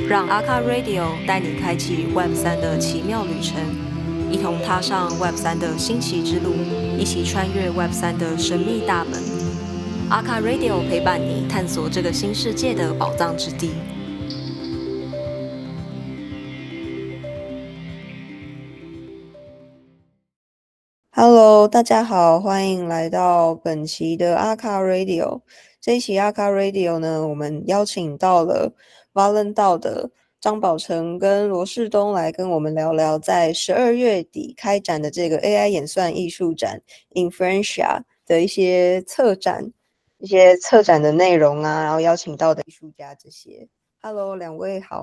让阿卡 Radio 带你开启 Web 3的奇妙旅程，一同踏上 Web 3的新奇之路，一起穿越 Web 3的神秘大门。阿卡 Radio 陪伴你探索这个新世界的宝藏之地。Hello， 大家好，欢迎来到本期的阿卡 Radio。这一期阿卡 Radio 呢，我们邀请到了 Volendao 的张宝成跟罗世东来跟我们聊聊在12月底开展的这个 AI 演算艺术展 Inferentia 的一些策展的内容啊，然后邀请到的艺术家这些。Hello， 两位好。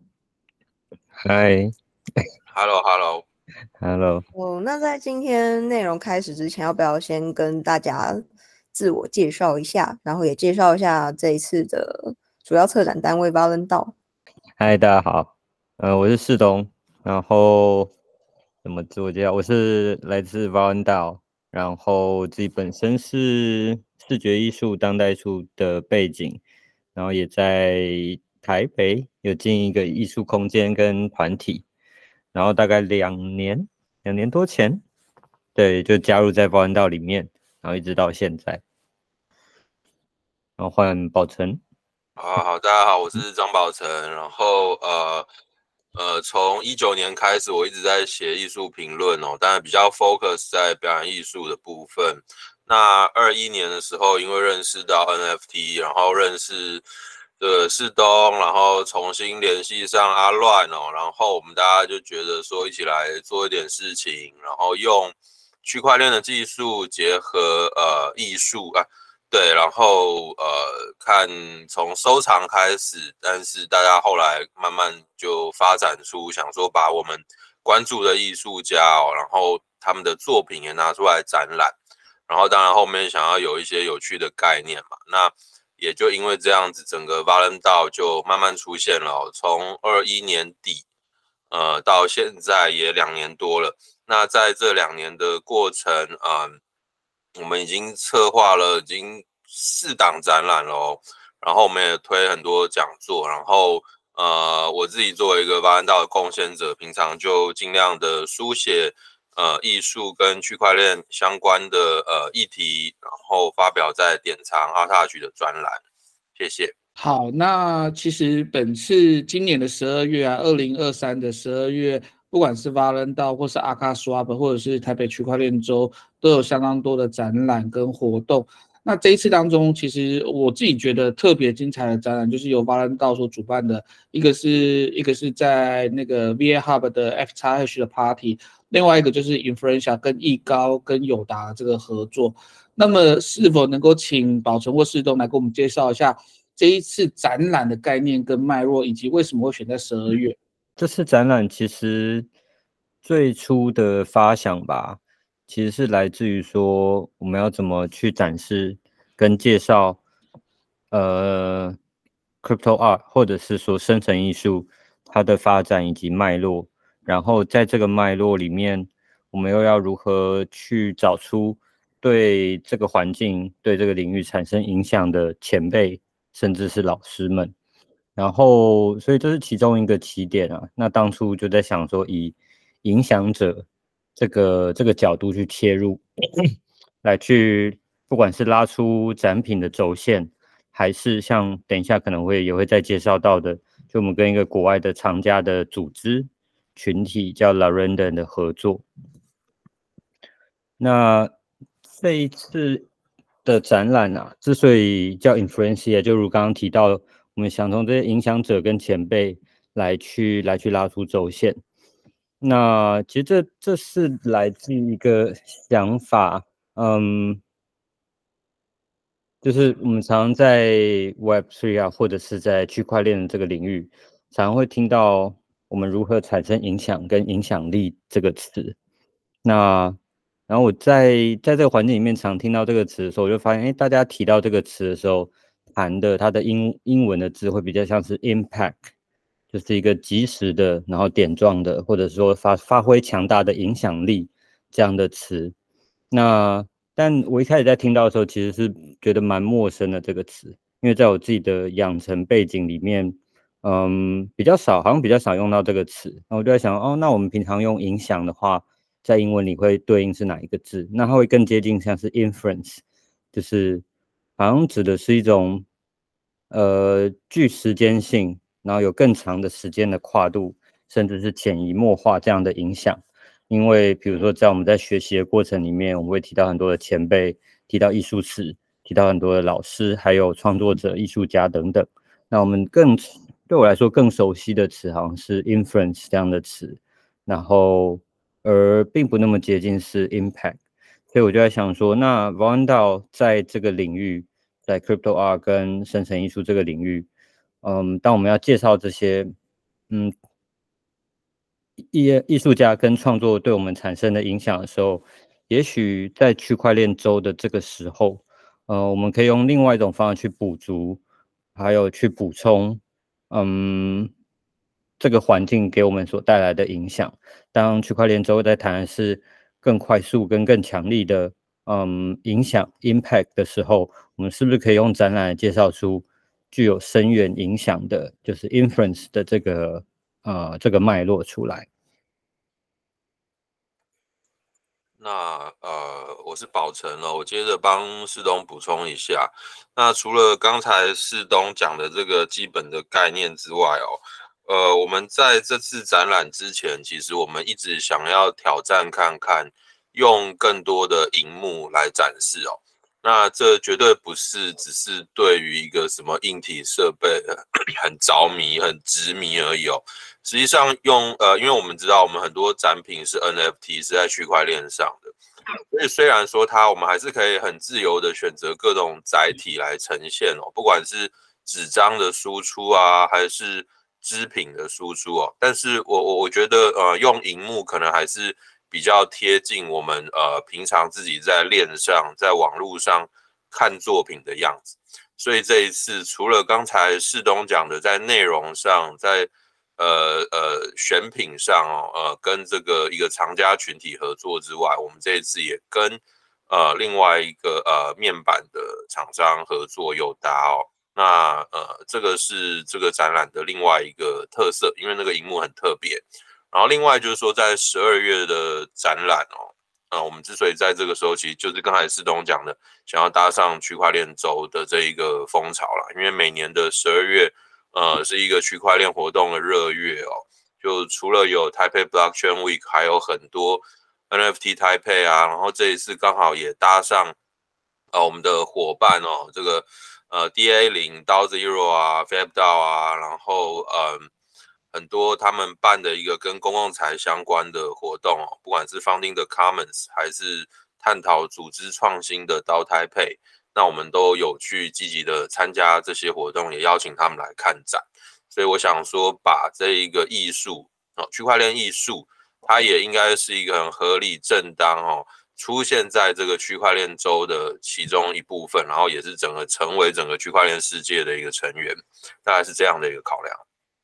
嗨 Hello。 那在今天内容开始之前，要不要先跟大家自我介绍一下，然后也介绍一下这一次的主要策展单位 Volendao。 嗨，大家好，我是世东，然后怎么自我介绍？我是来自 Volendao，然后自己本身是视觉艺术、当代艺术的背景，然后也在台北有经营一个艺术空间跟团体，然后大概2年多前，对，就加入在 Volendao 里面，然后一直到现在，然后换宝成。 好，大家好，我是张宝成。然后从19年开始，我一直在写艺术评论哦，当然比较 focus 在表演艺术的部分。那21年的时候，因为认识到 NFT， 然后认识世东，然后重新联系上阿乱哦，然后我们大家就觉得说一起来做一点事情，然后用区块链的技术结合艺术啊。对，然后看从收藏开始，但是大家后来慢慢就发展出想说把我们关注的艺术家然后他们的作品也拿出来展览，然后当然后面想要有一些有趣的概念嘛，那也就因为这样子，整个 Volendao 就慢慢出现了从21年底到现在也2年多了。那在这2年的过程我们已经策划了已经4档展览了然后我们也推很多讲座，然后我自己作为一个 Volendao 的贡献者，平常就尽量的书写艺术跟区块链相关的议题，然后发表在典藏ARTouch的专栏。谢谢。 好，那其实本次今年的12月2023的12月，不管是 Volendao 或是 AkaSwap 或者是台北区块链周，都有相当多的展览跟活动。那这一次当中，其实我自己觉得特别精彩的展览，就是由 Volendao 所主办的，一个是在那个 VA Hub 的 XXH 的 Party， 另外一个就是 Inferentia 跟艺高跟友达这个合作。那么是否能够请宝成或世东来给我们介绍一下这一次展览的概念跟脉络，以及为什么会选在12月？ 这次展览其实最初的发想吧，其实是来自于说我们要怎么去展示跟介绍crypto art 或者是说生成艺术它的发展以及脉络，然后在这个脉络里面，我们又要如何去找出对这个环境、对这个领域产生影响的前辈，甚至是老师们。然后，所以这是其中一个起点啊。那当初就在想说，以影响者这个角度去切入，来去不管是拉出展品的轴线，还是像等一下可能也会再介绍到的，就我们跟一个国外的藏家的组织群体叫 Larendon 的合作。那这一次的展览啊，之所以叫 Inferentia， 就如刚刚提到，我们想从这些影响者跟前辈来去拉出轴线。那其实这是来自一个想法，就是我们常在 Web3 或者是在区块链这个领域，常会听到我们如何产生影响跟影响力这个词。然后我在这个环境里面常听到这个词的时候，我就发现，大家提到这个词的时候，谈的它的英文的字会比较像是 impact， 就是一个及时的，然后点状的，或者说发挥强大的影响力这样的词。但我一开始在听到的时候，其实是觉得蛮陌生的这个词，因为在我自己的养成背景里面， 比较少，好像比较少用到这个词。然后我就在想，哦，那我们平常用影响的话，在英文里会对应是哪一个字？那它会更接近像是 influence，就是好像指的是一种具时间性，然后有更长的时间的跨度，甚至是潜移默化这样的影响。因为比如说在我们在学习的过程里面，我们会提到很多的前辈，提到艺术史，提到很多的老师，还有创作者、艺术家等等。那我们对我来说更熟悉的词好像是 influence 这样的词，然后而并不那么接近是 impact。所以我就在想说，那 Valandau 在这个领域，在 crypto art 跟生成艺术这个领域，当我们要介绍这些，艺术家跟创作对我们产生的影响的时候，也许在区块链周的这个时候，我们可以用另外一种方式去补足，还有去补充，这个环境给我们所带来的影响。当区块链周在谈的是更快速跟更强力的，影响 impact 的时候，我们是不是可以用展览来介绍出具有深远影响的，就是 influence 的这个脉络出来？ 那我是宝成了，我接着帮世东补充一下。那除了刚才世东讲的这个基本的概念之外我们在这次展览之前，其实我们一直想要挑战看看，用更多的荧幕来展示那这绝对不是只是对于一个什么硬体设备很着迷、很执迷而已实际上因为我们知道我们很多展品是 NFT 是在区块链上的，所以虽然说我们还是可以很自由的选择各种载体来呈现不管是纸张的输出啊，还是织品的输出但是我觉得用荧幕可能还是比较贴近我们平常自己在链上在网络上看作品的样子。所以这一次除了刚才世东讲的在内容上，在选品上跟这个一个藏家群体合作之外，我们这一次也跟另外一个面板的厂商合作有搭那这个是这个展览的另外一个特色，因为那个荧幕很特别。然后另外就是说，在12月的展览我们之所以在这个时候，其实就是刚才世东讲的，想要搭上区块链周的这一个风潮啦，因为每年的12月是一个区块链活动的热月就除了有 Taipei Blockchain Week， 还有很多 NFT Taipei 啊，然后这一次刚好也搭上我们的伙伴这个DA0 DAO Zero 啊 FabDAO 啊，然后很多他们办的一个跟公共财相关的活动不管是 Founding the Commons 还是探讨组织创新的DAO Taipei，那我们都有去积极的参加这些活动，也邀请他们来看展。所以我想说，把这一个艺术区块链艺术，它也应该是一个很合理正当出现在这个区块链周的其中一部分，然后也是成为整个区块链世界的一个成员，大概是这样的一个考量。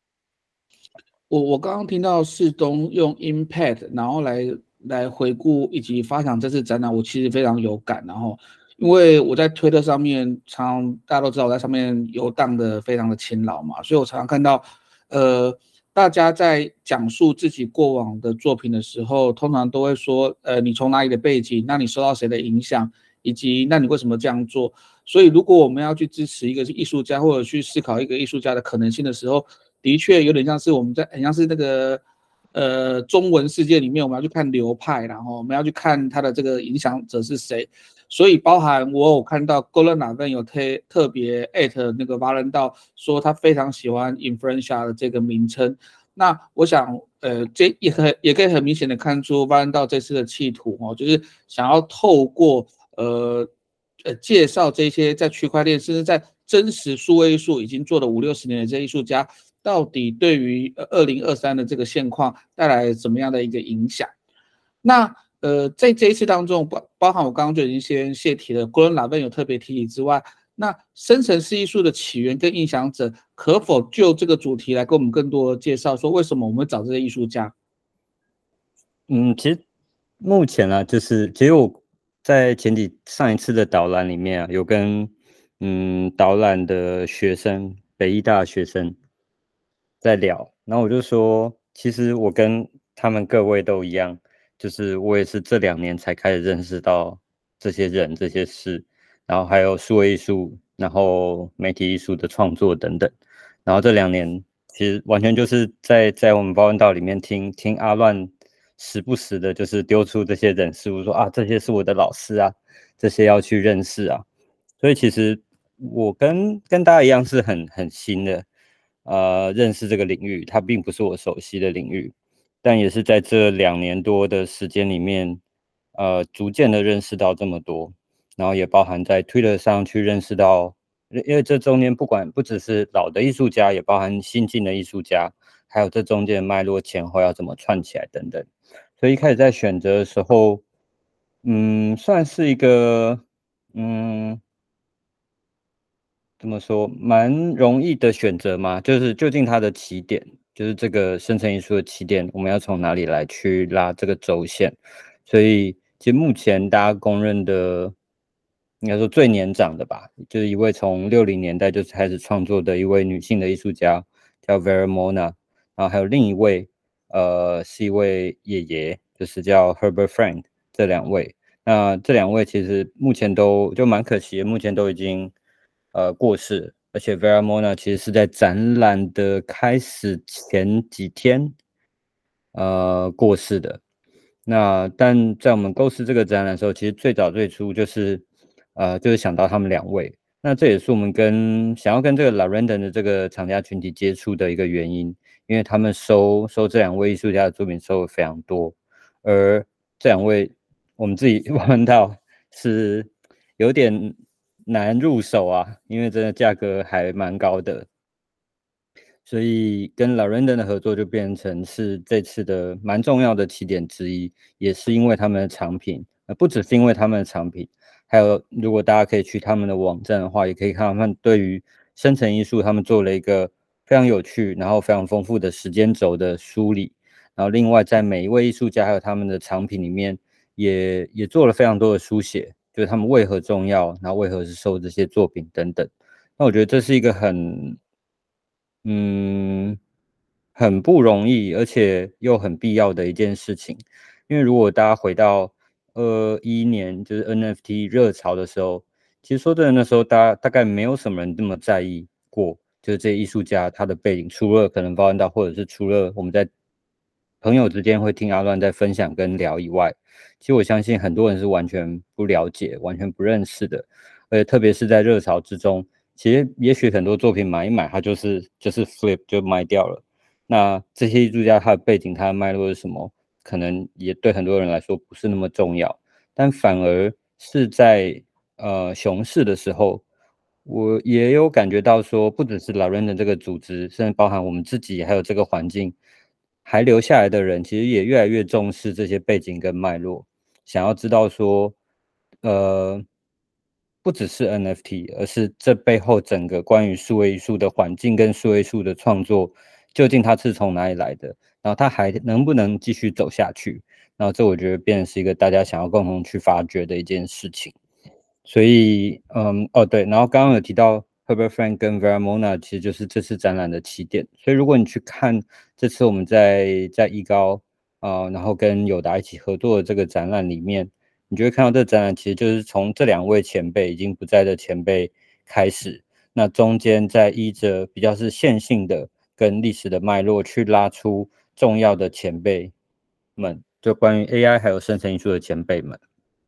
我刚刚听到世东用 impact 然后来回顾以及发想这次展览，我其实非常有感。然后因为我在推特上面大家都知道我在上面游荡的非常的勤劳嘛，所以我常常看到大家在讲述自己过往的作品的时候，通常都会说你从哪里的背景，那你受到谁的影响，以及那你为什么这样做。所以如果我们要去支持一个艺术家，或者去思考一个艺术家的可能性的时候，的确有点像是很像是那个中文世界里面我们要去看流派，然后我们要去看他的这个影响者是谁。所以包含我有看到 Goran Laven 有特别 at 那个 Valandau 说他非常喜欢 Influencer 的这个名称。那我想这也可以很明显的看出 Valandau 这次的企图就是想要透过介绍这些在区块链甚至在真实数位艺术已经做了50-60年的这些艺术家，到底对于2023的这个现况带来怎么样的一个影响。那在这一次当中，包含我刚刚就已经先泄题了 Goran Laven 有特别提起之外，那生成式艺术的起源跟影响者可否就这个主题来跟我们更多的介绍，说为什么我们会找这些艺术家？ 其实目前就是其实我在上一次的导览里面有跟导览的学生，北艺大的学生在聊，然后我就说，其实我跟他们各位都一样，就是我也是这2年才开始认识到这些人、这些事，然后还有数位艺术，然后媒体艺术的创作等等。然后这2年其实完全就是在我们报恩道里面听阿乱时不时的，就是丢出这些人事物，说啊，这些是我的老师啊，这些要去认识啊。所以其实我跟大家一样是很新的，认识这个领域，它并不是我熟悉的领域，但也是在这2年多的时间里面，逐渐的认识到这么多，然后也包含在 Twitter 上去认识到，因为这中间不只是老的艺术家，也包含新进的艺术家，还有这中间的脉络前后要怎么串起来等等。所以一开始在选择的时候，算是一个，怎么说，蛮容易的选择嘛，就是究竟它的起点，就是这个生成艺术的起点，我们要从哪里来去拉这个轴线？所以其实目前大家公认的，应该说最年长的吧，就是一位从60年代就开始创作的一位女性的艺术家，叫 Vera Mona，然后还有另一位，是一位爷爷，就是叫 Herbert Frank，这2位。那这2位其实目前都就蛮可惜的，目前都已经过世，而且 Vera Mona 其实是在展览的开始前几天过世的。那但在我们构思这个展览的时候，其实最初就是想到他们2位。那这也是我们想要跟这个 La Random 的这个厂家群体接触的一个原因，因为他们收这2位艺术家的作品收的非常多，而这2位我们自己玩到是有点难入手啊，因为真的价格还蛮高的，所以跟 La Random 的合作就变成是这次的蛮重要的起点之一，也是因为他们的产品，不只是因为他们的产品，还有如果大家可以去他们的网站的话，也可以看到他们对于生成艺术他们做了一个非常有趣，然后非常丰富的时间轴的梳理，然后另外在每一位艺术家还有他们的产品里面也做了非常多的书写，就是他们为何重要，然后为何是收这些作品等等。那我觉得这是一个很不容易，而且又很必要的一件事情。因为如果大家回到21年，就是 NFT 热潮的时候，其实说真的，那时候大概没有什么人这么在意过，就是这些艺术家他的背景，除了可能报道，或者是除了我们在朋友之间会听阿乱在分享跟聊以外，其实我相信很多人是完全不了解、完全不认识的。而且特别是在热潮之中，其实也许很多作品买一买，它就是 flip 就卖掉了。那这些艺术家他的背景、他的脉络是什么，可能也对很多人来说不是那么重要，但反而是在熊市的时候，我也有感觉到说，不只是 La Random 这个组织，甚至包含我们自己，还有这个环境，还留下来的人，其实也越来越重视这些背景跟脉络，想要知道说，不只是 NFT，而是这背后整个关于数位艺术的环境跟数位艺术的创作，究竟它是从哪里来的，然后它还能不能继续走下去？然后这我觉得变成是一个大家想要共同去发掘的一件事情。所以，对，然后刚刚有提到 Herbert Frank 跟 Vera Mona，其实就是这次展览的起点。所以如果你去看这次我们在艺高然后跟友达一起合作的这个展览里面，你就会看到这个展览其实就是从这2位前辈已经不在的前辈开始，那中间再依着比较是线性的跟历史的脉络去拉出重要的前辈们，就关于 AI 还有生成艺术的前辈们。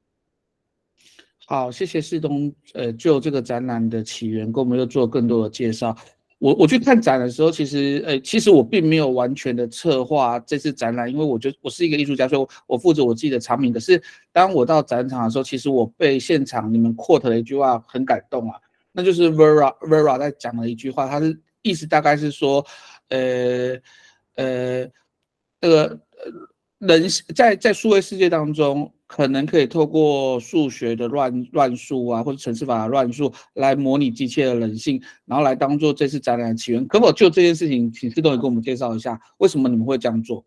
好，谢谢世东，就这个展览的起源，跟我们又做更多的介绍。我去看展的时候，其实我并没有完全的策划这次展览，因为我是一个艺术家，所以我负责我自己的产品。可是当我到展场的时候，其实我被现场你们 quote 的一句话很感动啊，那就是 Vera 在讲的一句话，他是意思大概是说，这个人在数位世界当中，可能可以透过数学的乱数啊，或者程式法的乱数来模拟机械的人性，然后来当做这次展览的起源。可否就这件事情，请世东也跟我们介绍一下，为什么你们会这样做？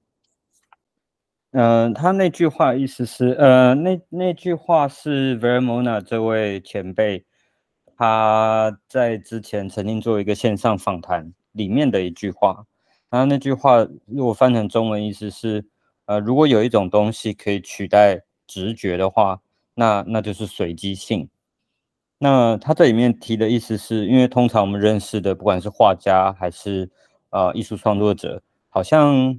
他那句话意思是，那句话是 Vera Mona 这位前辈，他在之前曾经做一个线上访谈里面的一句话。 那句话如果翻成中文意思是，如果有一种东西可以取代直觉的话，那就是随机性。那他这里面提的意思是，因为通常我们认识的，不管是画家还是艺术创作者，好像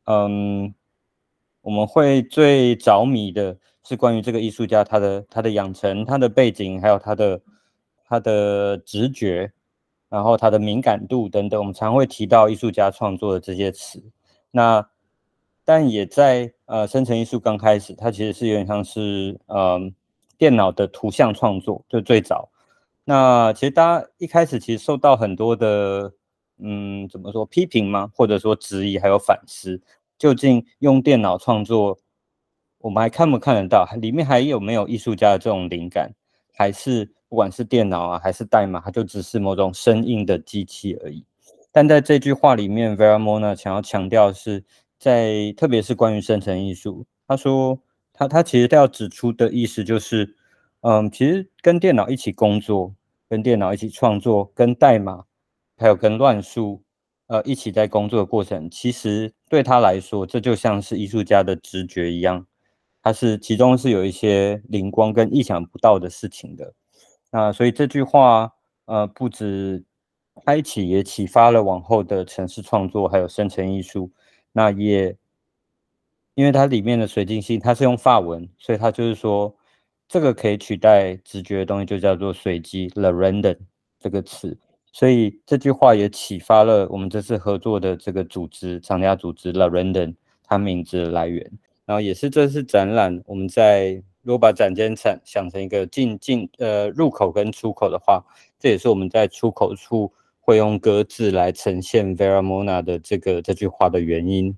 我们会最着迷的是关于这个艺术家他的养成、他的背景，还有他的直觉，然后他的敏感度等等，我们常会提到艺术家创作的这些词。那但也在生成艺术刚开始，它其实是有点像是电脑的图像创作，就最早。那其实大家一开始其实受到很多的怎么说批评吗？或者说质疑还有反思，究竟用电脑创作，我们还看不看得到？里面还有没有艺术家的这种灵感？还是不管是电脑啊，还是代码，它就只是某种生硬的机器而已？但在这句话里面 ，Vera Mona 想要强调的是，特别是关于生成艺术，他说他其实要指出的意思就是，其实跟电脑一起工作，跟电脑一起创作，跟代码还有跟乱数，一起在工作的过程，其实对他来说，这就像是艺术家的直觉一样，其中是有一些灵光跟意想不到的事情的。那所以这句话，不止开启，也启发了往后的程式创作，还有生成艺术。那也因为它里面的随机性，它是用法文，所以它就是说，这个可以取代直觉的东西，就叫做随机 （le random） 这个词。所以这句话也启发了我们这次合作的这个厂家组织 Le Random 它名字的来源。然后也是这次展览，我们如果把展间想成一个入口跟出口的话，这也是我们在出口处会用格子来呈现 Vera Mona 的这句话的原因。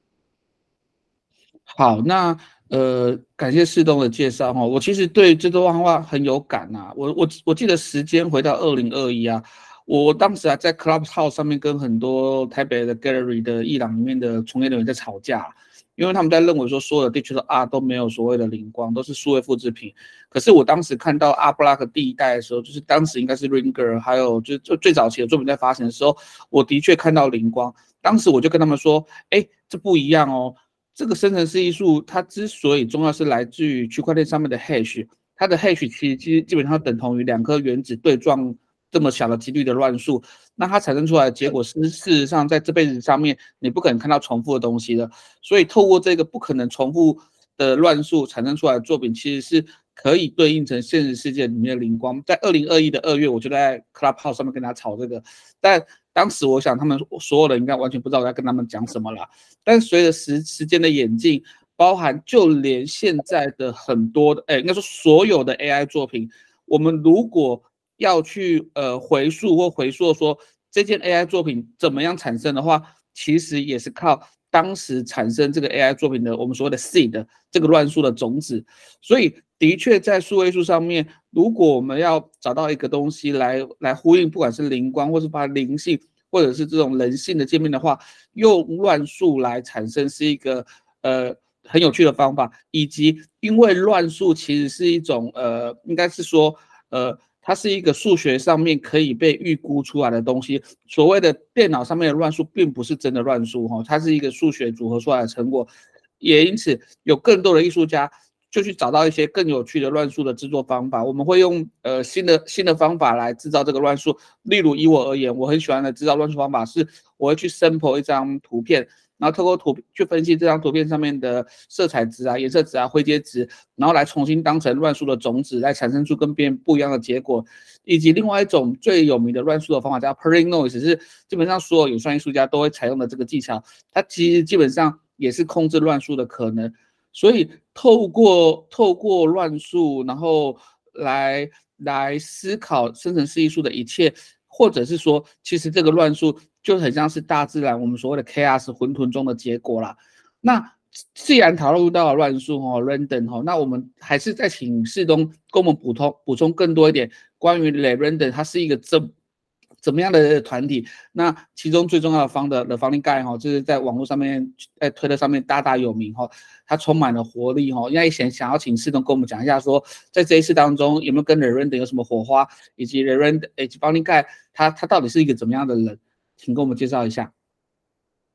好，那感谢世东的介绍哈，我其实对这段话很有感啊。我记得时间回到2021啊，我当时还在 Clubhouse 上面跟很多台北的 Gallery 的艺廊里面的从业人员在吵架，因为他们在认为说所有的Digital Art都没有所谓的灵光，都是数位复制品。可是我当时看到 Art Block 第一代的时候，就是当时应该是 Ringer 还有就最早期的作品在发行的时候，我的确看到灵光。当时我就跟他们说，这不一样哦。这个生成式艺术，它之所以重要，是来自于区块链上面的 hash， 它的 hash 其实基本上等同于2颗原子对撞这么小的几率的乱数，那它产生出来的结果是，事实上在这辈子上面你不可能看到重复的东西的，所以透过这个不可能重复的乱数产生出来的作品，其实是可以对应成现实世界里面的灵光。在2021的2月，我就在 Clubhouse 上面跟他吵这个，但当时我想他们所有人应该完全不知道我在跟他们讲什么了。但随着时间的演进，包含就连现在的很多的，应该说所有的 AI 作品，我们如果要去回溯说这件 AI 作品怎么样产生的话，其实也是靠当时产生这个 AI 作品的我们所谓的 seed 这个乱数的种子。所以的确在数位艺术上面，如果我们要找到一个东西来呼应，不管是灵光或是把灵性或者是这种人性的界面的话，用乱数来产生是一个很有趣的方法，以及因为乱数其实是一种应该是说它是一个数学上面可以被预估出来的东西。所谓的电脑上面的乱数并不是真的乱数它是一个数学组合出来的成果，也因此有更多的艺术家就去找到一些更有趣的乱数的制作方法。我们会用新的方法来制造这个乱数。例如以我而言，我很喜欢的制造乱数方法是，我会去 sample 一张图片，然后透过去分析这张图片上面的色彩值啊、颜色值啊、灰阶值，然后来重新当成乱数的种子，来产生出跟别人不一样的结果。以及另外一种最有名的乱数的方法叫 Purling Noise， 是基本上所有有算艺术家都会采用的这个技巧，它其实基本上也是控制乱数的可能。所以透过乱数，然后来思考生成式艺术的一切，或者是说，其实这个乱数就很像是大自然我们所谓的 chaos 混沌中的结果啦。那既然讨论到了乱数random那我们还是再请世东跟我们补充更多一点关于 Le Random 它是一个怎么样的团体？那其中最重要的The Founding Guy 就是在网络上面，在推特上面大有名它充满了活力应该想要请世东跟我们讲一下说，在这一次当中有没有跟 Le Random 有什么火花，以及 Le Random Founding Guy 他到底是一个怎么样的人，请跟我们介绍一下。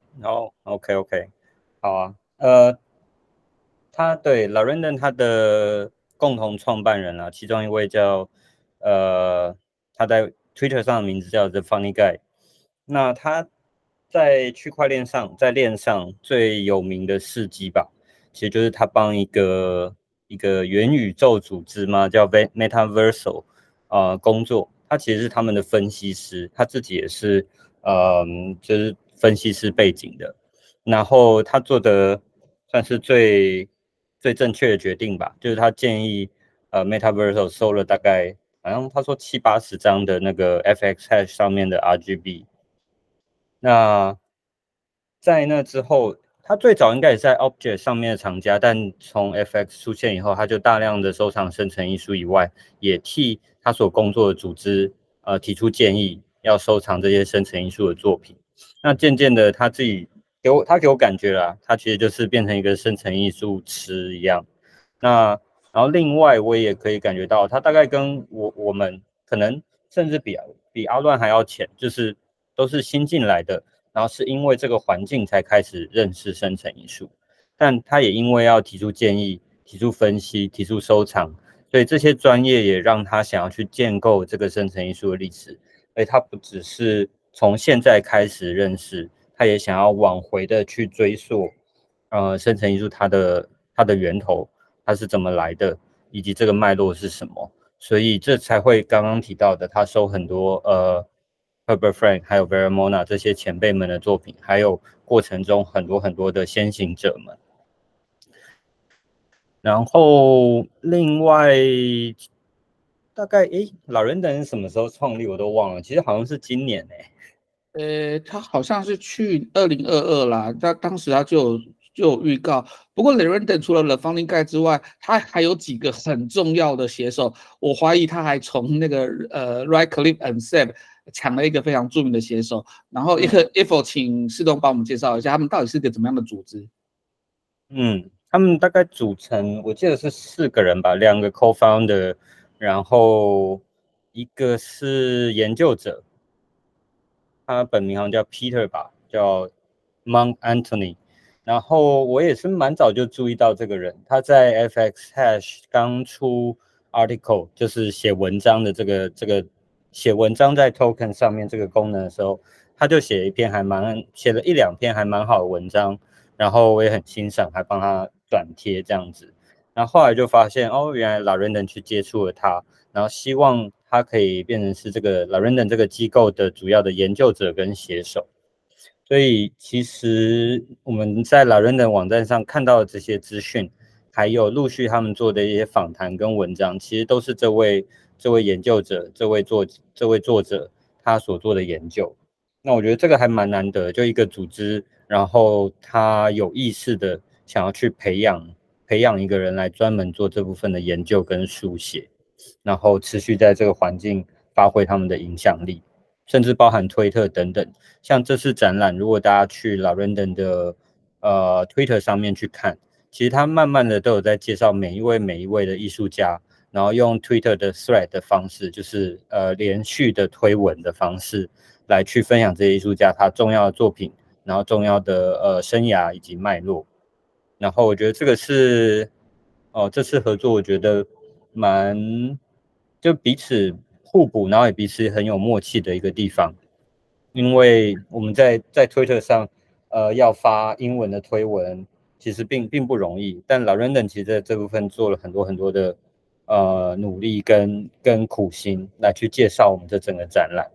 OK， 好啊。他对 Larendon 他的共同创办人啊，其中一位叫他在 Twitter 上的名字叫 The Funny Guy。那他在区块链上，在链上最有名的事迹吧，其实就是他帮一个元宇宙组织嘛，叫 Metaversal 工作。他其实是他们的分析师，他自己也是就是分析师背景的。然后他做的算是最正确的决定吧，就是他建议Metaversal 收了大概好像他说70-80张的那个 FX Hash 上面的 RGB。那在那之后，他最早应该也是在 Object 上面的厂家，但从 FX 出现以后，他就大量的收藏生成艺术以外，也替他所工作的组织提出建议，要收藏这些生成艺术的作品。那渐渐的，他自己给我感觉啦，他其实就是变成一个生成艺术痴一样。那然后另外我也可以感觉到，他大概跟我们可能甚至比阿乱还要浅，就是都是新进来的，然后是因为这个环境才开始认识生成艺术，但他也因为要提出建议、提出分析、提出收藏，所以这些专业也让他想要去建构这个生成艺术的历史。所以他不只是从现在开始认识，他也想要往回的去追溯，生成艺术它的源头，它是怎么来的，以及这个脉络是什么。所以这才会刚刚提到的，他收很多Herbert Frank 还有 Veramona 这些前辈们的作品，还有过程中很多的先行者们。然后另外大概Larendon什么时候创立我都忘了，其实好像是今年他好像是去2022啦，当时他就有预告。不过 Larendon 除了 The Funny Guy 之外，他还有几个很重要的写手，我怀疑他还从那个Wycliffe and Seth 抢了一个非常著名的写手。然后Ifo 请世东帮我们介绍一下，他们到底是个怎么样的组织？ 他们大概组成我记得是4个人吧，2个 co-founder， 然后一个是研究者。他本名好像叫 Peter 吧，叫 Mount Anthony。然后我也是蛮早就注意到这个人，他在 FX Hash 刚出 article， 就是写文章的这个写文章在 token 上面这个功能的时候，他就写了1-2篇还蛮好的文章，然后我也很欣赏，还帮他转贴这样子。然后后来就发现原来 Larendon 去接触了他，然后希望他可以变成是这个 Larendon 这个机构的主要的研究者跟写手。所以其实我们在 Larendon 网站上看到的这些资讯，还有陆续他们做的一些访谈跟文章，其实都是这位研究者、这位作者他所做的研究。那我觉得这个还蛮难得，就一个组织，然后他有意识的想要去培养一个人来专门做这部分的研究跟书写，然后持续在这个环境发挥他们的影响力，甚至包含推特等等。像这次展览，如果大家去 Larendon 的Twitter 上面去看，其实他慢慢的都有在介绍每一位的艺术家，然后用 Twitter 的 thread 的方式，就是连续的推文的方式来去分享这些艺术家他重要的作品，然后重要的生涯以及脉络。然后我觉得这个是这次合作我觉得就彼此互补，然后也彼此很有默契的一个地方。因为我们在推特上要发英文的推文其实并不容易，但 Larendon 其实在这部分做了很多的努力跟苦心来去介绍我们这整个展览。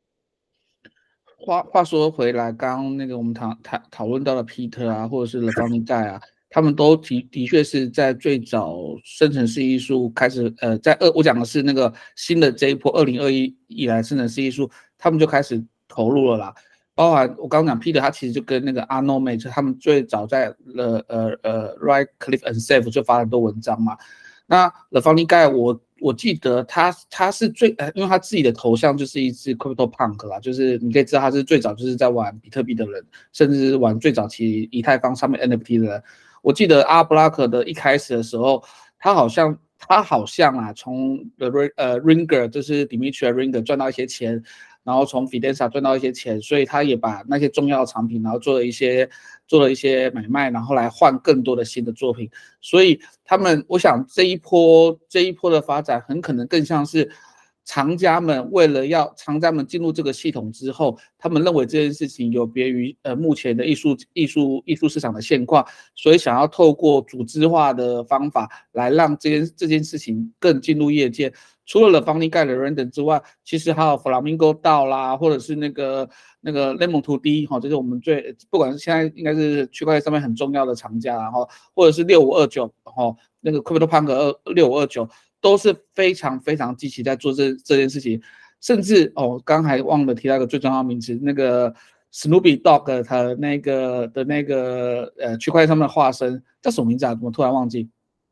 话说回来，刚刚那个我们讨论到了 Peter 啊，或者是 The Funny Guy 啊，他们都的确是在最早生成式艺术开始，我讲的是那个新的这一波2021以来生成式艺术，他们就开始投入了啦。包含我刚刚讲 Peter， 他其实就跟那个 Arnaud Mate 他们最早在Wycliffe and Seth 就发了很多文章嘛。那 The Funny Guy 我记得他是因为他自己的头像就是一只 Crypto Punk 啦，就是你可以知道他是最早就是在玩比特币的人，甚至是玩最早期以太坊上面 NFT 的人。我记得阿布拉克的一开始的时候，他好像从Ringer 就是 Dmitry Ringer 赚到一些钱， 然后从 Fidenza 赚到一些钱，所以他也把那些重要的产品，然后做了一些买卖，然后来换更多的新的作品。所以我想这一波的发展很可能更像是厂家们为了要厂家们进入这个系统之后，他们认为这件事情有别于目前的艺术市场的现况，所以想要透过组织化的方法来让这件事情更进入业界。除了 Funny Guy 的 Random 之外，其实还有 Flamingo DAO 啦，或者是那个 Lemon 2D 哈，这是我们不管是现在应该是区块链上面很重要的厂家，然后或者是6529哈，那个 CryptoPunk 6529。都是非常非常积极在做这件事情，甚至刚才忘了提到一个最重要的名词，那个 Snoopy Dog 它那个区块链上面的化身叫什么名字啊？怎么突然忘记？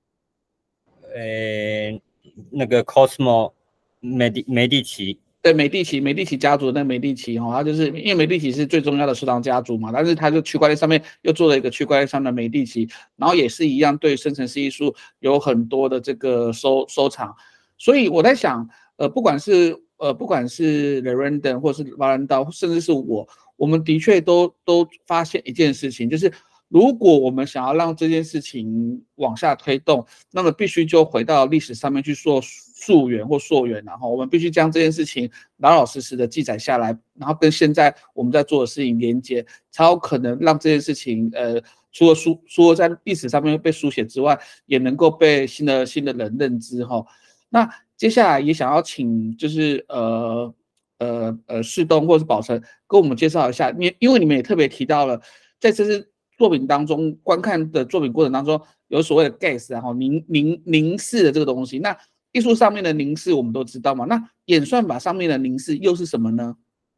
那个 Cosmo 梅蒂奇。 对，美第奇家族的那个美第奇他就是因为美第奇是最重要的收藏家族嘛，但是他就区块链上面又做了一个区块链上的美第奇，然后也是一样对生成式艺术有很多的这个收藏，所以我在想，不管是 The Random 或是 Valendal， 甚至是我们的确都发现一件事情，就是如果我们想要让这件事情往下推动，那么必须就回到历史上面去做溯源，然后我们必须将这件事情老老实实的记载下来，然后跟现在我们在做的事情连接，才有可能让这件事情除了在历史上面被书写之外，也能够被新的人认知哈。那接下来也想要请就是世东或是宝成跟我们介绍一下，因为你们也特别提到了，在这次作品当中观看的作品过程当中有所谓的 gas 然后凝视的这个东西，那艺术上面的凝视我们都知道嘛，那演算法上面的凝视又是什么呢？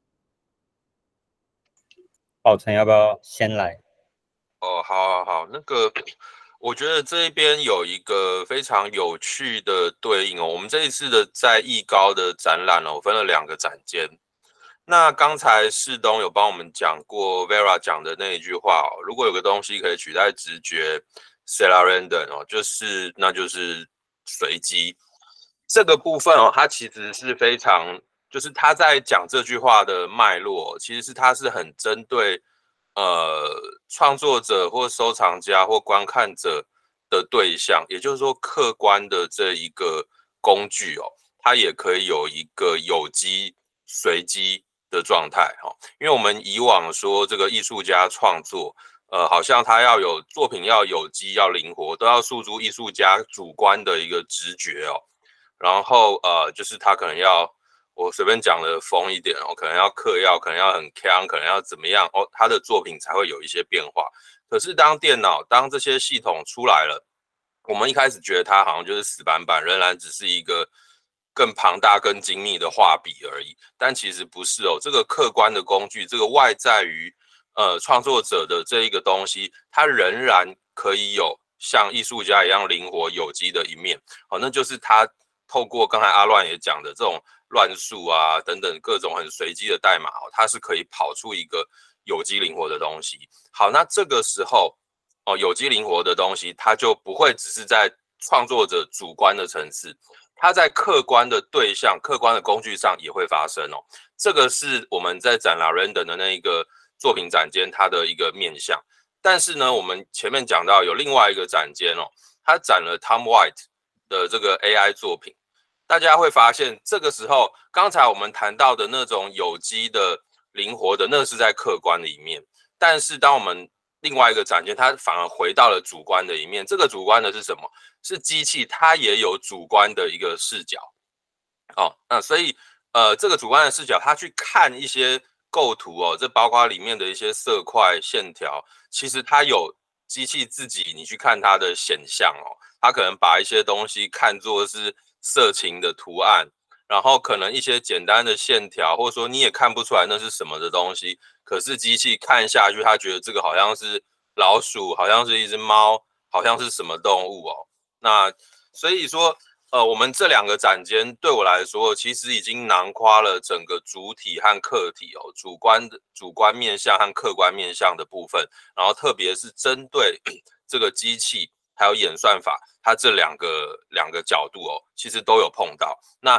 宝成要不要先来？ 好，那个我觉得这边有一个非常有趣的对应我们这一次的在艺高的展览分了2个展间。那刚才世东有帮我们讲过 Vera 讲的那一句话如果有个东西可以取代直觉 Cela Random 那就是随机。这个部分它其实是非常，就是他在讲这句话的脉络，其实他是很针对创作者或收藏家或观看者的对象，也就是说客观的这一个工具它也可以有一个有机随机的状态因为我们以往说这个艺术家创作好像他要有作品要有机要灵活，都要诉诸艺术家主观的一个直觉然后就是他可能要我随便讲的疯一点可能要嗑药，可能要很强，可能要怎么样他的作品才会有一些变化。可是当这些系统出来了，我们一开始觉得它好像就是死板板，仍然只是一个更庞大更精密的画笔而已，但其实不是这个客观的工具，这个外在于创作者的这一个东西，它仍然可以有像艺术家一样灵活有机的一面那就是他透过刚才阿乱也讲的这种乱数啊等等各种很随机的代码它是可以跑出一个有机灵活的东西。好，那这个时候有机灵活的东西它就不会只是在创作者主观的层次，它在客观的对象客观的工具上也会发生这个是我们在展 La Random 的那一个作品展间它的一个面向。但是呢我们前面讲到有另外一个展间它展了 Tom White 的这个 AI 作品，大家会发现这个时候刚才我们谈到的那种有机的灵活的，那是在客观的一面，但是当我们另外一个展间它反而回到了主观的一面，这个主观的是什么？是机器它也有主观的一个视角那所以这个主观的视角它去看一些构图这包括里面的一些色块线条，其实它有机器自己你去看它的显像它可能把一些东西看作是色情的图案，然后可能一些简单的线条，或者说你也看不出来那是什么的东西，可是机器看下去它觉得这个好像是老鼠，好像是一只猫，好像是什么动物那所以说我们这2个展间对我来说其实已经囊括了整个主体和客体主观面向和客观面向的部分，然后特别是针对这个机器还有演算法它这两个角度其实都有碰到。那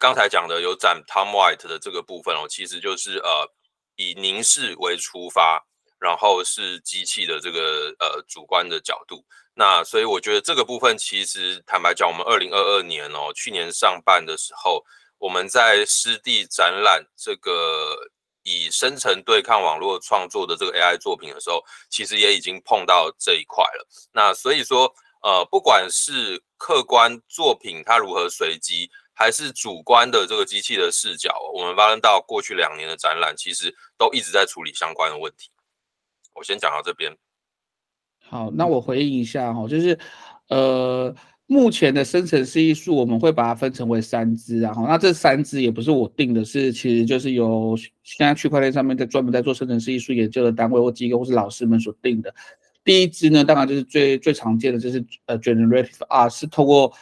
刚才讲的有展 Tom White 的这个部分其实就是以凝视为出发，然后是机器的这个主观的角度。那所以我觉得这个部分其实坦白讲，我们2022年去年上半的时候，我们在湿地展览这个以生成对抗网络创作的这个 AI 作品的时候，其实也已经碰到这一块了。那所以说不管是客观作品它如何随机，还是主观的这个机器的视角，我们发现到过去2年的展览其实都一直在处理相关的问题。我先讲到这边。 好，那我回应一下就是目前的生成式艺术我们会把它分成为3支那这3支也不是我定的，其实就是由现在区块链上面专门在做生成式艺术研究的单位或机构或是老师们所定的。第一支呢，当然就是最常见的，就是generative art， 是透过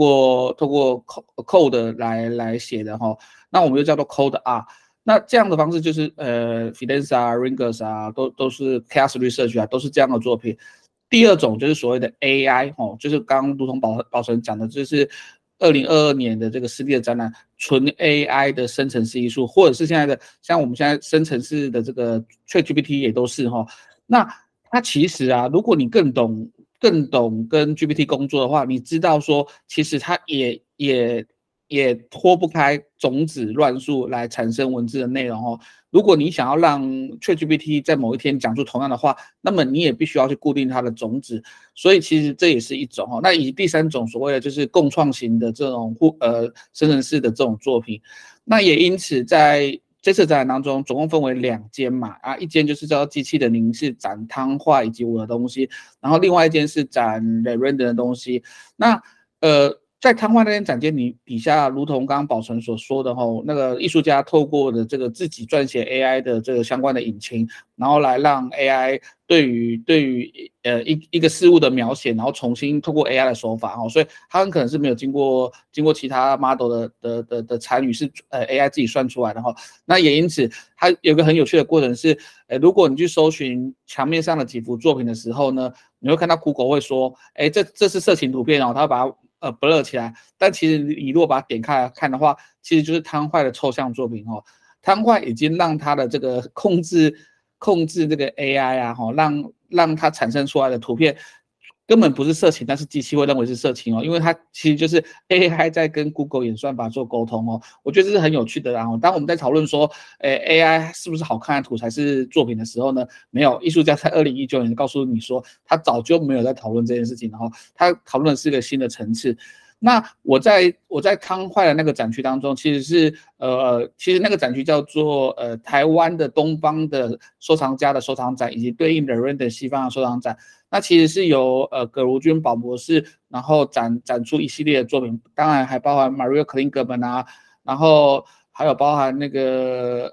code 来写的那我们就叫做 code art。那这样的方式就是Fidenza Ringers 都是 Chaos Research 都是这样的作品。第二种就是所谓的 AI 就是刚刚如同宝成讲的，就是2022年的这个湿地的展览，纯 AI 的生成式艺术，或者是现在的像我们现在生成式的这个 ChatGPT 也都是那它其实如果你更懂跟 GPT 工作的话，你知道说其实它也脱不开种子乱数来产生文字的内容如果你想要让 ChatGPT 在某一天讲出同样的话，那么你也必须要去固定它的种子，所以其实这也是一种那以第3种所谓的就是共创型的这种生成式的这种作品，那也因此在这次展览当中总共分为2间嘛一间就是叫机器的凝视，展汤画以及我的东西，然后另外一间是展 render 的东西。那在汤画那间展间底下，如同刚刚宝成所说的那个艺术家透过的这个自己撰写 AI 的这个相关的引擎，然后来让 AI 对于一个事物的描写，然后重新透过 AI 的手法所以它很可能是没有经过其他 model 的参与，是AI 自己算出来的那也因此它有一个很有趣的过程是如果你去搜寻墙面上的几幅作品的时候呢，你会看到 Google 会说这是色情图片它会把它blur 起来，但其实你如果把它点开来看的话，其实就是汤坏的抽象作品汤坏已经让它的这个控制这个 AI 让它产生出来的图片根本不是色情，但是机器会认为是色情因为它其实就是 AI 在跟 Google 演算法做沟通我觉得这是很有趣的当我们在讨论说AI 是不是好看的图才是作品的时候呢，没有，艺术家在2019年告诉你说他早就没有在讨论这件事情他讨论的是一个新的层次。那我在汤坏的那个展区当中，其实是其实那个展区叫做台湾的东方的收藏家的收藏展，以及对应的 Render 西方的收藏展。那其实是由葛如君宝博士，然后展出一系列的作品，当然还包含 Maria Klingerman 然后还有包含那个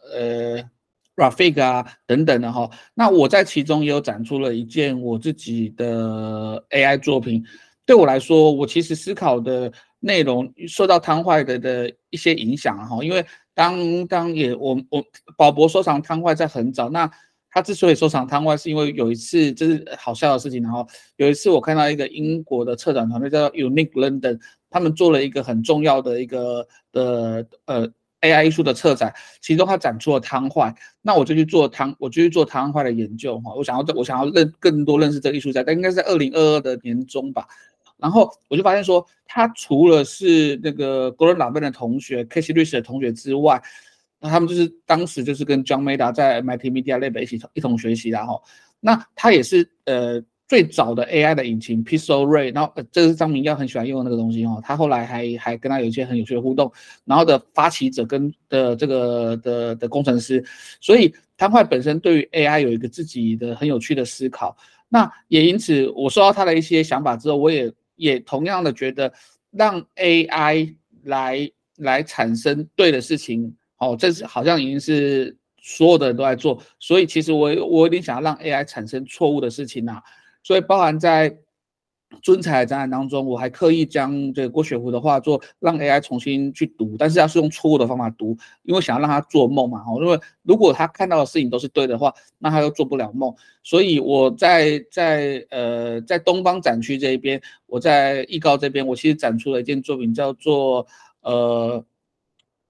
Rafik 等等的那我在其中也有展出了一件我自己的 AI 作品。对我来说，我其实思考的内容受到汤坏的一些影响因为我宝博收藏汤坏在很早，那他之所以收藏汤坏，是因为有一次这是好笑的事情有一次我看到一个英国的策展团队叫 Unique London， 他们做了一个很重要的一个AI 艺术的策展，其中他展出了汤坏，那我就去做汤坏的研究我想要更多认识这个艺术家，但应该是在2022的年中吧。然后我就发现说，他除了是那个 Gordon Laven 的同学 Casey Rich 的同学之外，那他们就是当时就是跟 John Maeda 在 MIT Media Lab 一同学习的那他也是最早的 AI 的引擎 Pixel Ray， 然后这是张明耀很喜欢用的那个东西他后来还跟他有一些很有趣的互动，然后的发起者跟这个的工程师，所以汤坏本身对于 AI 有一个自己的很有趣的思考。那也因此我收到他的一些想法之后，我也同样的觉得让 AI 来产生对的事情这是好像已经是所有的人都在做，所以其实我有点想要让 AI 产生错误的事情所以包含在尊彩的展览当中，我还刻意将这个郭雪湖的画作让 AI 重新去读，但是要是用错误的方法读，因为想要让他做梦嘛因为如果他看到的事情都是对的话，那他又做不了梦。所以我在东方展区这一边，我在艺高这边，我其实展出了一件作品叫做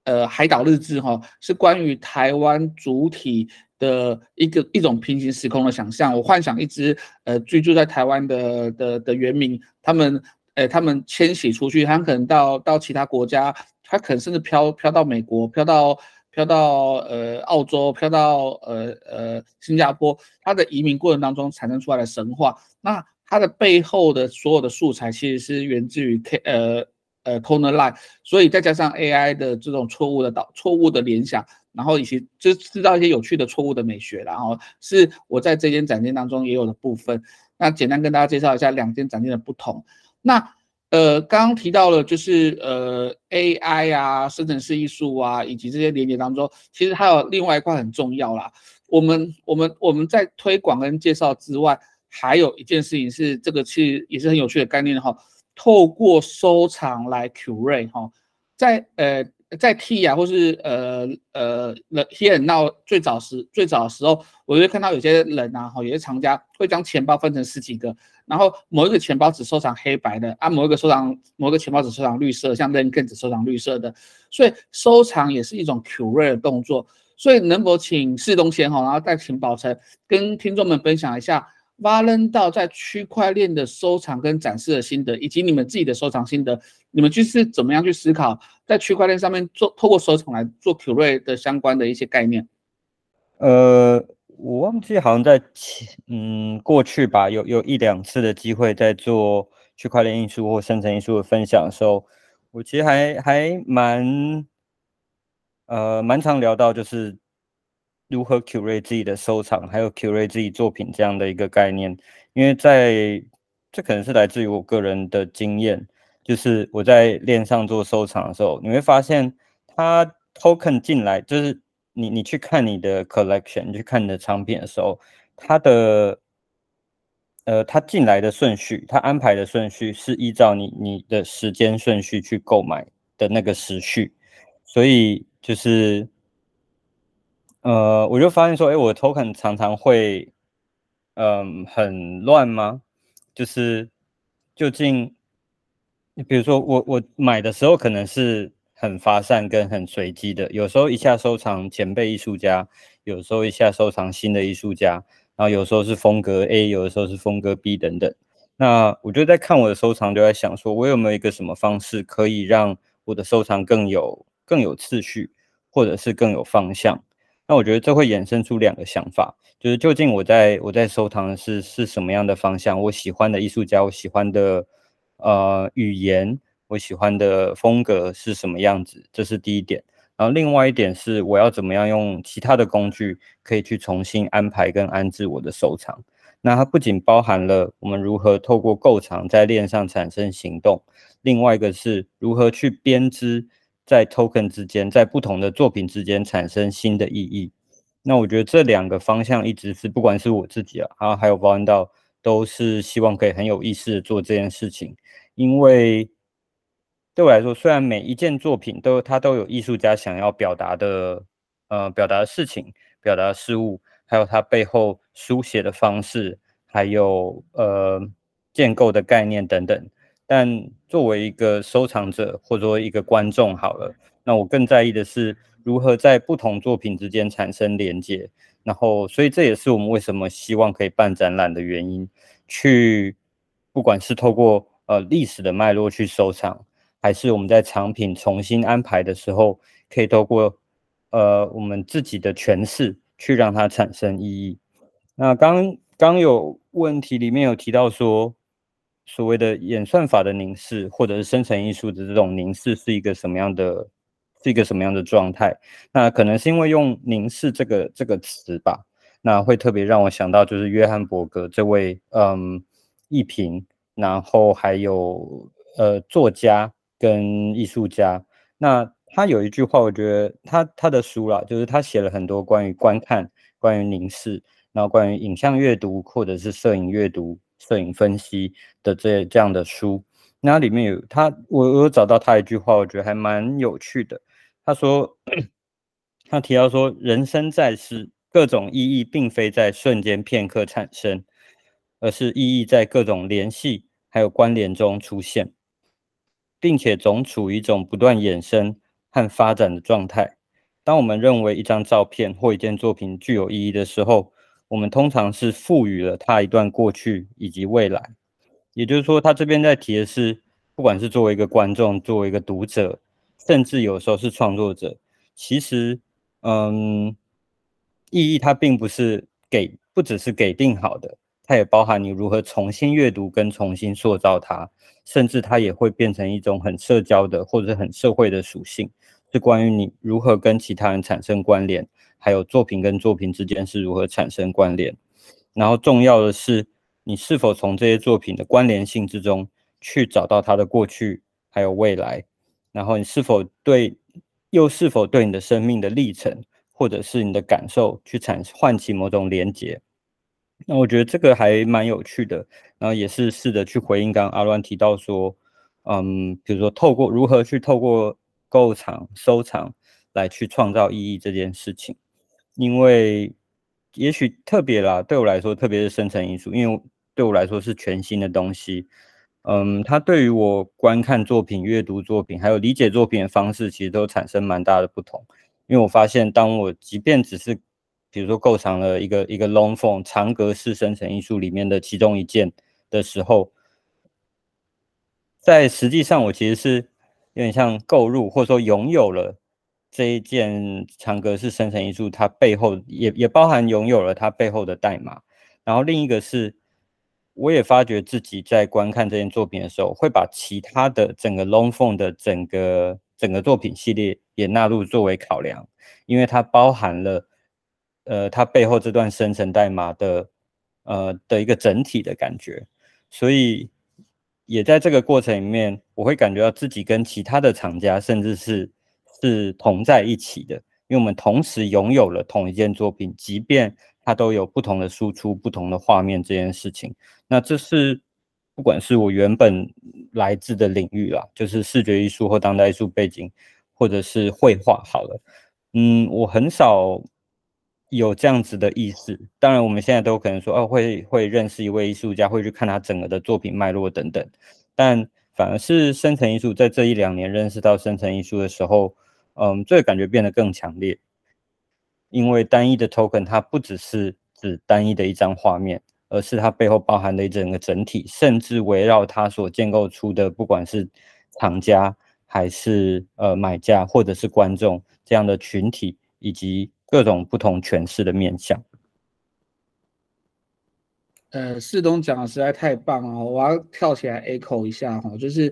海岛日志哈，是关于台湾主体的一种平行时空的想象。我幻想一只居住在台湾的原民，他们迁徙出去，他们可能到其他国家，他可能甚至飘到美国，飘到澳洲，飘到新加坡，他的移民过程当中产生出来的神话，那它的背后的所有的素材其实是源自于Toner Line， 所以再加上 AI 的这种错误的联想，然后以及就制造一些有趣的错误的美学，然后是我在这间展厅当中也有的部分。那简单跟大家介绍一下两间展厅的不同。那刚刚提到了就是AI 啊、生成式艺术啊，以及这些连接当中，其实还有另外一块很重要啦。我们在推广跟介绍之外，还有一件事情是这个其实也是很有趣的概念哈，透过收藏来 curate 哈，在 T 啊，或是Here and Now 最早的时候，我会看到有些人啊，有些藏家会将钱包分成10几个，然后某一个钱包只收藏黑白的啊，某一个钱包只收藏绿色，像 Lincoln 只收藏绿色的，所以收藏也是一种 curate 的动作。所以能否请世东先然后再请宝成跟听众们分享一下Valental在区块链的收藏跟展示的心得，以及你们自己的收藏心得，你们就是怎么样去思考在区块链上面透过收藏来做 curate 的相关的一些概念？ 我忘记好像在过去吧，有1、2次的机会在做区块链艺术或生成艺术的分享的时候，我其实还蛮常聊到就是如何 curate 自己的收藏，还有 curate 自己作品这样的一个概念。因为这可能是来自于我个人的经验，就是我在链上做收藏的时候，你会发现它 token 进来，就是你去看你的 collection， 你去看你的藏品的时候，它进来的顺序，它安排的顺序是依照你的时间顺序去购买的那个时序，所以就是我就发现说，我的 token 常常会很乱吗？就是究竟，比如说我买的时候可能是很发散跟很随机的，有时候一下收藏前辈艺术家，有时候一下收藏新的艺术家，然后有时候是风格 A， 有的时候是风格 B 等等。那我就在看我的收藏，就在想说，我有没有一个什么方式可以让我的收藏更有次序，或者是更有方向？那我觉得这会衍生出2个想法，就是究竟我在收藏的是什么样的方向？我喜欢的艺术家，我喜欢的语言，我喜欢的风格是什么样子？这是第一点。然后另外一点是，我要怎么样用其他的工具可以去重新安排跟安置我的收藏？那它不仅包含了我们如何透过购藏在链上产生行动，另外一个是如何去编织在 token 之间，在不同的作品之间产生新的意义。那我觉得这2个方向一直是，不管是我自己然后还有Valental，都是希望可以很有意识的做这件事情。因为对我来说，虽然每一件作品它都有艺术家想要表达的事情、表达的事物，还有它背后书写的方式，还有建构的概念等等。但作为一个收藏者或者说一个观众好了，那我更在意的是如何在不同作品之间产生连接。然后，所以这也是我们为什么希望可以办展览的原因，不管是透过历史的脉络去收藏，还是我们在藏品重新安排的时候，可以透过我们自己的诠释去让它产生意义。那刚有问题里面有提到说，所谓的演算法的凝视，或者是生成艺术的这种凝视是一个什么样的状态？那可能是因为用凝视这个词吧，那会特别让我想到就是约翰伯格这位艺评，然后还有作家跟艺术家。那他有一句话，我觉得他的书啦，就是他写了很多关于观看、关于凝视，然后关于影像阅读或者是摄影阅读、摄影分析的这样的书。那里面我有找到他一句话，我觉得还蛮有趣的。他说，他提到说，人生在世，各种意义并非在瞬间片刻产生，而是意义在各种联系还有关联中出现，并且总处于一种不断衍生和发展的状态。当我们认为一张照片或一件作品具有意义的时候，我们通常是赋予了它一段过去以及未来。也就是说，他这边在提的是，不管是作为一个观众，作为一个读者，甚至有时候是创作者，其实，意义它并不是不只是给定好的，它也包含你如何重新阅读跟重新塑造它，甚至它也会变成一种很社交的或者很社会的属性，是关于你如何跟其他人产生关联，还有作品跟作品之间是如何产生关联。然后重要的是，你是否从这些作品的关联性之中去找到它的过去还有未来，然后你是否对你的生命的历程或者是你的感受去唤起某种连结。那我觉得这个还蛮有趣的，然后也是试着去回应刚刚阿乱提到说，比如说如何去透过购藏、收藏来去创造意义这件事情。因为也许特别啦，对我来说，特别是生成艺术，因为对我来说是全新的东西。它对于我观看作品、阅读作品，还有理解作品的方式，其实都产生蛮大的不同。因为我发现，当我即便只是比如说构藏了一个 long form 长格式生成艺术里面的其中一件的时候，在实际上我其实是有点像购入或者说拥有了这一件长格式生成艺术，它背后也包含拥有了它背后的代码。然后另一个是，我也发觉自己在观看这件作品的时候，会把其他的整个 long form 的整个作品系列也纳入作为考量，因为它包含了它背后这段生成代码的一个整体的感觉，所以也在这个过程里面，我会感觉到自己跟其他的厂家甚至是同在一起的，因为我们同时拥有了同一件作品，即便它都有不同的输出、不同的画面这件事情。那这是不管是我原本来自的领域啦，就是视觉艺术或当代艺术背景，或者是绘画好了，我很少有这样子的意识。当然，我们现在都可能说，会认识一位艺术家，会去看他整个的作品脉络等等。但反而是生成艺术，在这1-2年认识到生成艺术的时候，这个感觉变得更强烈。因为单一的 token 它不只是指单一的一张画面，而是它背后包含的一整个整体，甚至围绕它所建构出的，不管是厂家还是买家或者是观众这样的群体，以及各种不同诠释的面向。 世东讲的实在太棒了，我要跳起来 echo 一下哈，就是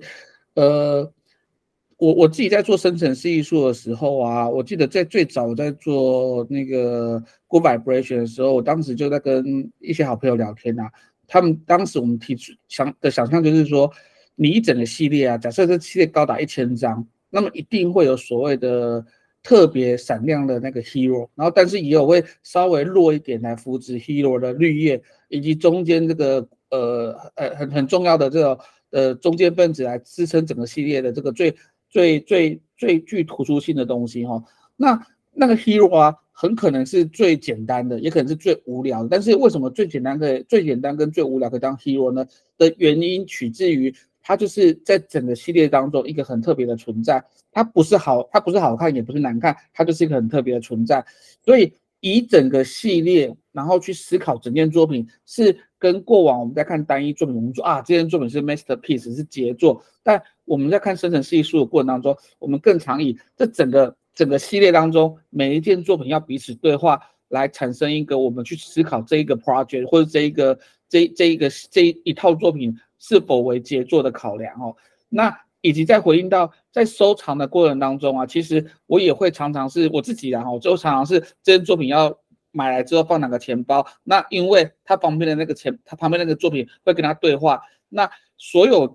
我自己在做生成式艺术的时候啊，我记得在最早我在做那个 Good Vibration 的时候，我当时就在跟一些好朋友聊天啊，他们当时我们提出想象就是说，你一整个系列啊，假设这系列高达1000张，那么一定会有所谓的特别闪亮的那个 hero， 然后但是也有会稍微弱一点来扶持 hero 的绿叶，以及中间这个很重要的这个中间分子来支撑整个系列的这个最具突出性的东西哈。那个 hero 啊，很可能是最简单的，也可能是最无聊的。但是为什么最简单跟最无聊可以当 hero 呢？的原因取自于它就是在整个系列当中一个很特别的存在。它不是好看，也不是难看，它就是一个很特别的存在。所以以整个系列，然后去思考整件作品，是跟过往我们在看单一作品，我们说啊，这件作品是 masterpiece 是杰作，但我们在看生成式艺术的过程当中，我们更常以这整个系列当中每一件作品要彼此对话，来产生一个我们去思考这一个 project 或者这一套作品是否为杰作的考量哦。那以及在回应到在收藏的过程当中啊，其实我也会常常是我自己然后就常常是这件作品要买来之后放哪个钱包，那因为它旁边的那个它旁边那个作品会跟他对话，那所有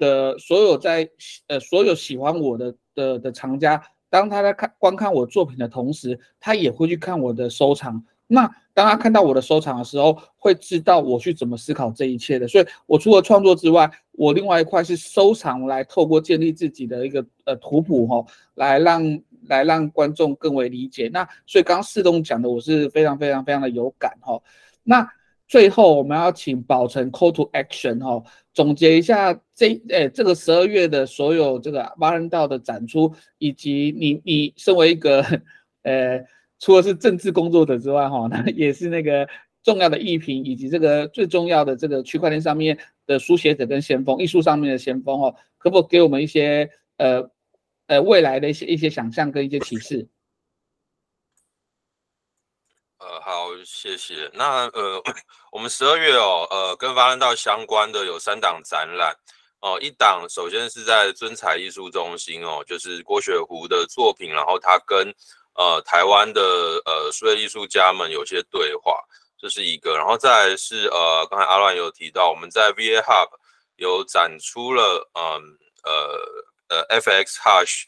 喜欢我的藏家，当他在观看我作品的同时，他也会去看我的收藏。那当他看到我的收藏的时候，会知道我去怎么思考这一切的。所以我除了创作之外，我另外一块是收藏，来透过建立自己的一个图谱来让观众更为理解。那所以刚刚世东讲的，我是非常非常非常的有感那最后我们要请宝成 call to action 总结一下这个12月的所有这个Valentine的展出，以及你身为一个除了是政治工作者之外那也是那个重要的艺评，以及这个最重要的这个区块链上面的书写者跟先锋，艺术上面的先锋可不可以给我们一些未来的一些想象跟一些启示？ 好，谢谢。那我们12月跟Valentine相关的有3档展览一档首先是在尊彩艺术中心就是郭雪湖的作品，然后他跟台湾的数位艺术家们有些对话，这是一个。然后再来是刚才阿乱有提到，我们在 VA Hub 有展出了FX Hash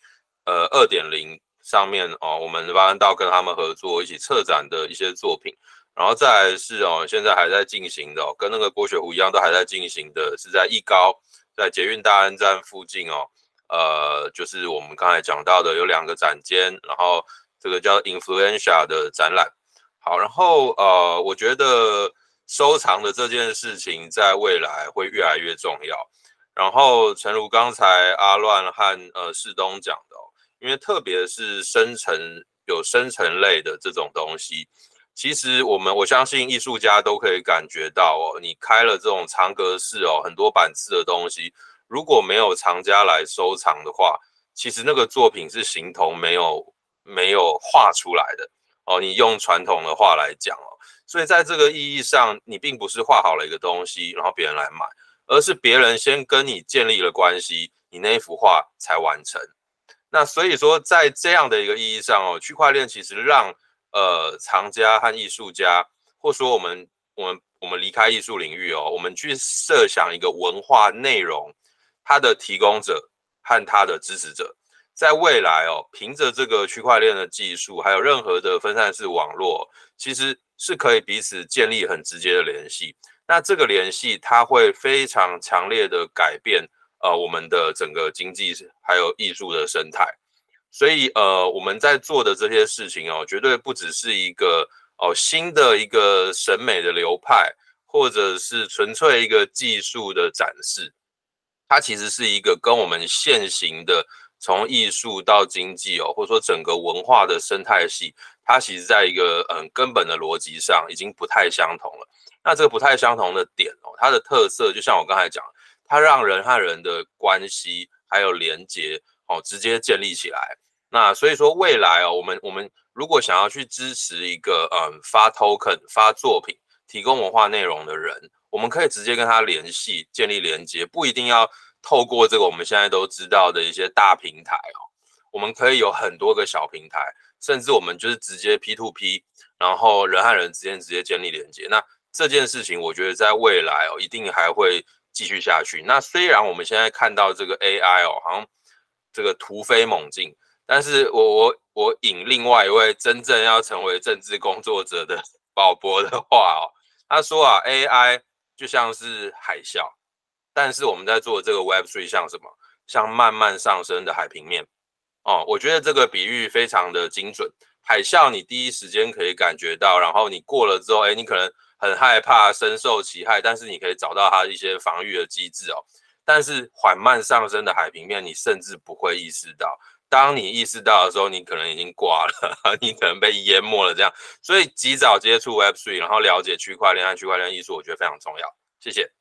2.0。上面我们Valentine跟他们合作一起策展的一些作品，然后再来是现在还在进行的跟那个郭雪湖一样都还在进行的，是在艺高，在捷运大安站附近就是我们刚才讲到的有2个展间，然后这个叫 Influentia 的展览。好，然后我觉得收藏的这件事情在未来会越来越重要。然后诚如刚才阿乱和世东讲的因为特别是有生成类的这种东西，其实我相信艺术家都可以感觉到你开了这种长格式很多版次的东西，如果没有藏家来收藏的话，其实那个作品是形同没有画出来的你用传统的话来讲所以在这个意义上，你并不是画好了一个东西，然后别人来买，而是别人先跟你建立了关系，你那一幅画才完成。那所以说，在这样的一个意义上区块链其实让藏家和艺术家，或说我们离开艺术领域我们去设想一个文化内容，它的提供者和它的支持者，在未来凭着这个区块链的技术，还有任何的分散式网络，其实是可以彼此建立很直接的联系。那这个联系它会非常强烈的改变我们的整个经济还有艺术的生态，所以我们在做的这些事情绝对不只是一个新的一个审美的流派，或者是纯粹一个技术的展示，它其实是一个跟我们现行的从艺术到经济或者说整个文化的生态系，它其实在一个根本的逻辑上已经不太相同了。那这个不太相同的点它的特色就像我刚才讲，它让人和人的关系还有连结直接建立起来。那所以说未来我们如果想要去支持一个发 token 发作品提供文化内容的人，我们可以直接跟他联系建立连结，不一定要透过这个我们现在都知道的一些大平台我们可以有很多个小平台，甚至我们就是直接 P2P， 然后人和人之间直接建立连结。那这件事情我觉得在未来一定还会继续下去。那虽然我们现在看到这个 AI 好像这个突飞猛进，但是我引另外一位真正要成为政治工作者的宝博的话他说AI 就像是海啸，但是我们在做这个 Web3 像什么？像慢慢上升的海平面我觉得这个比喻非常的精准。海啸你第一时间可以感觉到，然后你过了之后你可能很害怕深受其害，但是你可以找到它一些防御的机制但是缓慢上升的海平面你甚至不会意识到，当你意识到的时候你可能已经挂了你可能被淹没了这样。所以及早接触 Web3 然后了解区块链和区块链艺术我觉得非常重要。谢谢。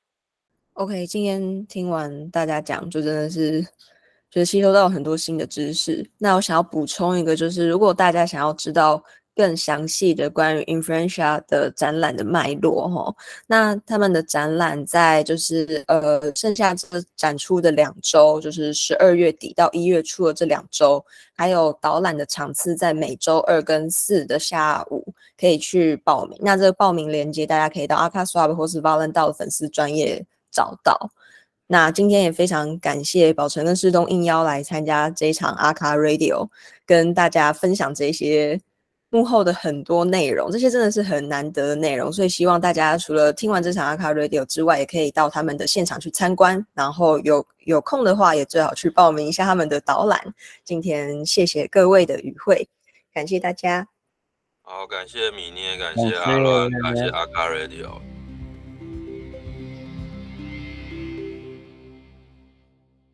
OK， 今天听完大家讲就真的是就是吸收到很多新的知识。那我想要补充一个，就是如果大家想要知道更详细的关于 Influentia 的展览的脉络那他们的展览在就是剩下这展出的2周，就是12月底到1月初的这2周，还有导览的场次在每周2跟4的下午可以去报名。那这个报名链接大家可以到 Akaswap 或是 Valentine 的粉丝专页找到。那今天也非常感谢宝成跟世东应邀来参加这一场 Aka Radio， 跟大家分享这些幕后的很多内容，这些真的是很难得的内容，所以希望大家除了听完这场 Aka Radio 之外，也可以到他们的现场去参观，然后有空的话也最好去报名一下他们的导览。今天谢谢各位的与会，感谢大家。 好，感谢米捏，感谢阿乱，感谢 Aka Radio。